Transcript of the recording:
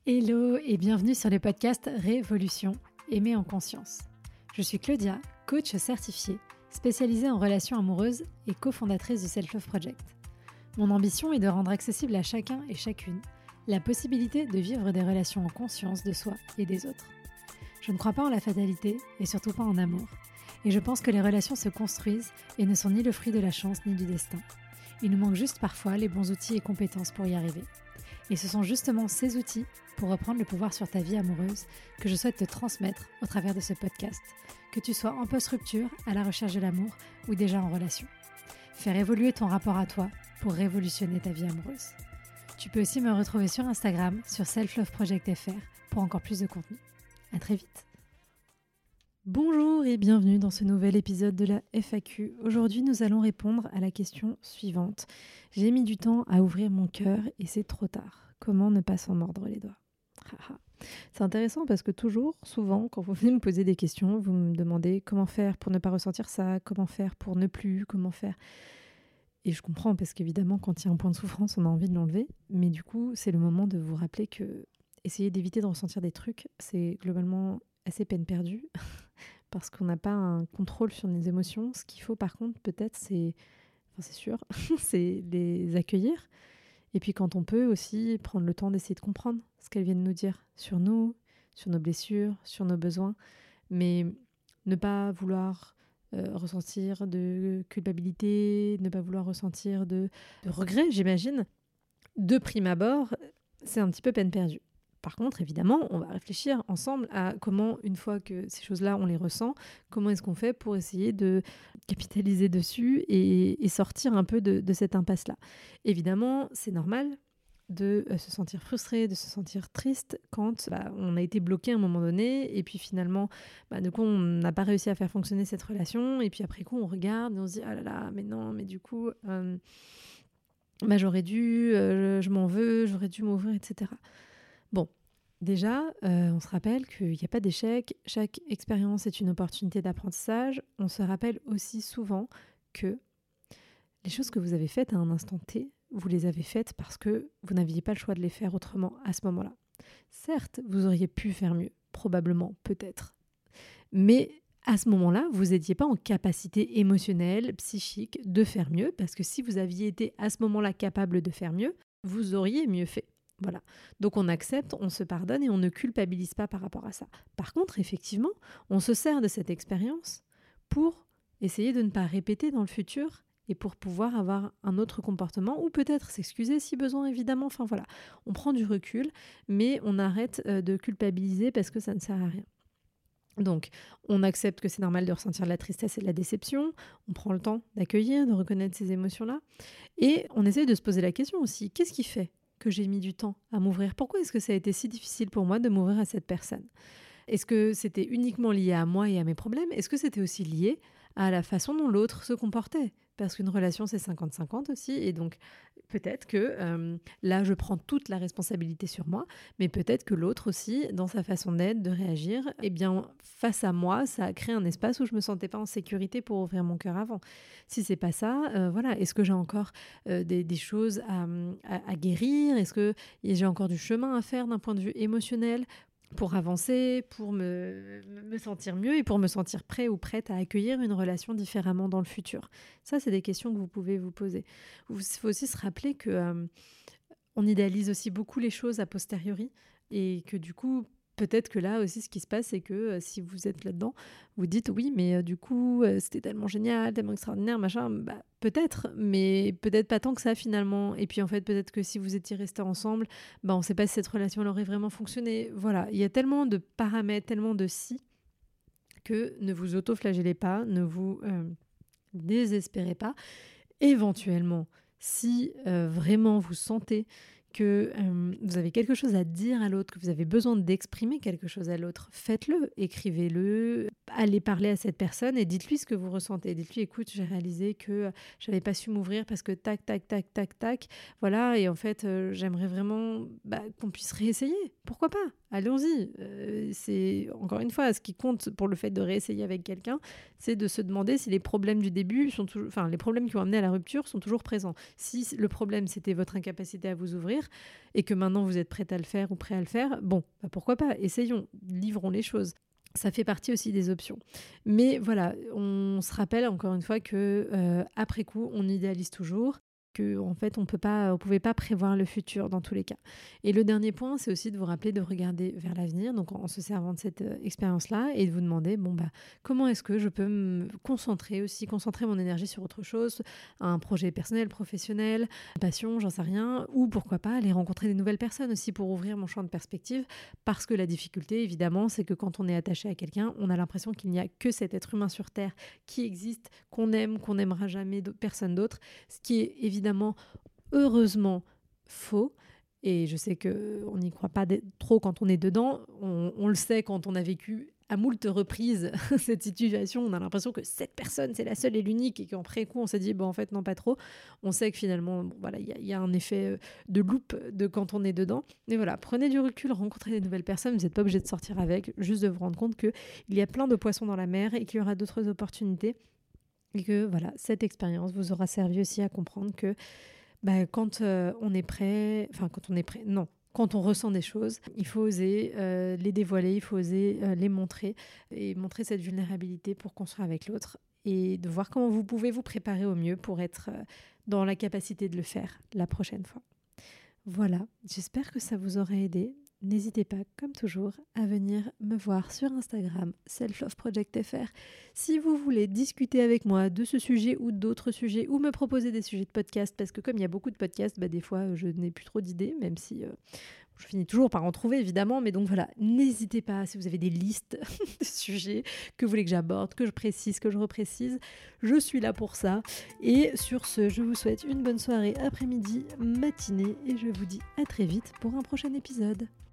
Hello et bienvenue sur le podcast Révolution, aimer en conscience. Je suis Claudia, coach certifiée, spécialisée en relations amoureuses et cofondatrice du Self Love Project. Mon ambition est de rendre accessible à chacun et chacune la possibilité de vivre des relations en conscience de soi et des autres. Je ne crois pas en la fatalité et surtout pas en amour. Et je pense que les relations se construisent et ne sont ni le fruit de la chance ni du destin. Il nous manque juste parfois les bons outils et compétences pour y arriver. Et ce sont justement ces outils pour reprendre le pouvoir sur ta vie amoureuse que je souhaite te transmettre au travers de ce podcast, que tu sois en post-rupture, à la recherche de l'amour ou déjà en relation. Faire évoluer ton rapport à toi pour révolutionner ta vie amoureuse. Tu peux aussi me retrouver sur Instagram, sur selfloveproject.fr pour encore plus de contenu. À très vite. Bonjour et bienvenue dans ce nouvel épisode de la FAQ. Aujourd'hui, nous allons répondre à la question suivante. J'ai mis du temps à ouvrir mon cœur et c'est trop tard. Comment ne pas s'en mordre les doigts ? C'est intéressant parce que souvent, quand vous venez me poser des questions, vous me demandez comment faire pour ne pas ressentir ça, comment faire pour ne plus, comment faire. Et je comprends parce qu'évidemment, quand il y a un point de souffrance, on a envie de l'enlever. Mais du coup, c'est le moment de vous rappeler que essayer d'éviter de ressentir des trucs, c'est globalement assez peine perdue parce qu'on n'a pas un contrôle sur nos émotions. Ce qu'il faut par contre peut-être c'est sûr, c'est les accueillir et puis quand on peut aussi prendre le temps d'essayer de comprendre ce qu'elles viennent nous dire sur nous, sur nos blessures, sur nos besoins, mais ne pas vouloir ressentir de culpabilité, ne pas vouloir ressentir de regret, j'imagine. De prime abord, c'est un petit peu peine perdue. Par contre, évidemment, on va réfléchir ensemble à comment, une fois que ces choses-là, on les ressent, comment est-ce qu'on fait pour essayer de capitaliser dessus et sortir un peu de cette impasse-là. Évidemment, c'est normal de se sentir frustré, de se sentir triste quand on a été bloqué à un moment donné et puis finalement, du coup, on n'a pas réussi à faire fonctionner cette relation et puis après coup, on regarde et on se dit « Ah là là, mais non, mais du coup, j'aurais dû, je m'en veux, j'aurais dû m'ouvrir, etc. » Bon, déjà, on se rappelle qu'il n'y a pas d'échec. Chaque expérience est une opportunité d'apprentissage. On se rappelle aussi souvent que les choses que vous avez faites à un instant T, vous les avez faites parce que vous n'aviez pas le choix de les faire autrement à ce moment-là. Certes, vous auriez pu faire mieux, probablement, peut-être. Mais à ce moment-là, vous n'étiez pas en capacité émotionnelle, psychique de faire mieux, parce que si vous aviez été à ce moment-là capable de faire mieux, vous auriez mieux fait. Voilà. Donc on accepte, on se pardonne et on ne culpabilise pas par rapport à ça. Par contre, effectivement, on se sert de cette expérience pour essayer de ne pas répéter dans le futur et pour pouvoir avoir un autre comportement ou peut-être s'excuser si besoin, évidemment. Enfin voilà, on prend du recul, mais on arrête de culpabiliser parce que ça ne sert à rien. Donc, on accepte que c'est normal de ressentir de la tristesse et de la déception, on prend le temps d'accueillir, de reconnaître ces émotions-là, et on essaie de se poser la question aussi, qu'est-ce qui fait que j'ai mis du temps à m'ouvrir ? Pourquoi est-ce que ça a été si difficile pour moi de m'ouvrir à cette personne ? Est-ce que c'était uniquement lié à moi et à mes problèmes ? Est-ce que c'était aussi lié à la façon dont l'autre se comportait ? Parce qu'une relation, c'est 50-50 aussi. Et donc, peut-être que là, je prends toute la responsabilité sur moi, mais peut-être que l'autre aussi, dans sa façon d'être, de réagir, eh bien, face à moi, ça a créé un espace où je ne me sentais pas en sécurité pour ouvrir mon cœur avant. Si c'est pas ça, voilà. Est-ce que j'ai encore des choses à guérir ? Est-ce que j'ai encore du chemin à faire d'un point de vue émotionnel ? Pour avancer, pour me sentir mieux et pour me sentir prêt ou prête à accueillir une relation différemment dans le futur. Ça, c'est des questions que vous pouvez vous poser. Il faut aussi se rappeler que on idéalise aussi beaucoup les choses a posteriori et que du coup, peut-être que là aussi, ce qui se passe, c'est que si vous êtes là-dedans, vous dites oui, mais du coup, c'était tellement génial, tellement extraordinaire, machin. Peut-être, mais peut-être pas tant que ça finalement. Et puis en fait, peut-être que si vous étiez restés ensemble, on ne sait pas si cette relation elle aurait vraiment fonctionné. Voilà, il y a tellement de paramètres, tellement de si, que ne vous auto-flagellez pas, ne vous désespérez pas. Éventuellement, si vraiment vous sentez que vous avez quelque chose à dire à l'autre, que vous avez besoin d'exprimer quelque chose à l'autre, faites-le, écrivez-le, allez parler à cette personne et dites-lui ce que vous ressentez. Dites-lui, écoute, j'ai réalisé que j'avais pas su m'ouvrir parce que tac, tac, tac, tac, tac, voilà, et en fait, j'aimerais vraiment qu'on puisse réessayer. Pourquoi pas ? Allons-y. C'est encore une fois, ce qui compte pour le fait de réessayer avec quelqu'un, c'est de se demander si les problèmes du début sont toujours, les problèmes qui ont amené à la rupture sont toujours présents. Si le problème c'était votre incapacité à vous ouvrir, faire et que maintenant vous êtes prête à le faire ou prêt à le faire, bon, bah pourquoi pas, essayons, livrons les choses. Ça fait partie aussi des options. Mais voilà, on se rappelle encore une fois que après coup, on idéalise toujours, que en fait, on pouvait pas prévoir le futur dans tous les cas. Et le dernier point, c'est aussi de vous rappeler de regarder vers l'avenir, donc en se servant de cette expérience-là, et de vous demander, bon bah, comment est-ce que je peux me concentrer mon énergie sur autre chose, un projet personnel, professionnel, une passion, j'en sais rien, ou pourquoi pas aller rencontrer des nouvelles personnes aussi pour ouvrir mon champ de perspective, parce que la difficulté, évidemment, c'est que quand on est attaché à quelqu'un, on a l'impression qu'il n'y a que cet être humain sur Terre qui existe, qu'on aime, qu'on n'aimera jamais personne d'autre, ce qui est évidemment, heureusement, faux. Et je sais qu'on n'y croit pas trop quand on est dedans. On le sait quand on a vécu à moult reprises cette situation. On a l'impression que cette personne, c'est la seule et l'unique, et qu'après coup, on s'est dit, bon, en fait, non, pas trop. On sait que finalement, bon, voilà, il y a un effet de loupe de quand on est dedans. Mais voilà, prenez du recul, rencontrez des nouvelles personnes. Vous n'êtes pas obligé de sortir avec, juste de vous rendre compte qu'il y a plein de poissons dans la mer et qu'il y aura d'autres opportunités. Et que voilà, cette expérience vous aura servi aussi à comprendre que quand on est prêt, quand on ressent des choses, il faut oser les dévoiler, il faut oser les montrer et montrer cette vulnérabilité pour construire avec l'autre et de voir comment vous pouvez vous préparer au mieux pour être dans la capacité de le faire la prochaine fois. Voilà, j'espère que ça vous aura aidé. N'hésitez pas, comme toujours, à venir me voir sur Instagram, selfloveprojectfr. Si vous voulez discuter avec moi de ce sujet ou d'autres sujets, ou me proposer des sujets de podcast, parce que comme il y a beaucoup de podcasts, des fois je n'ai plus trop d'idées, même si je finis toujours par en trouver évidemment. Mais donc voilà, n'hésitez pas, si vous avez des listes de sujets que vous voulez que j'aborde, que je précise, que je reprécise, je suis là pour ça. Et sur ce, je vous souhaite une bonne soirée, après-midi, matinée, et je vous dis à très vite pour un prochain épisode.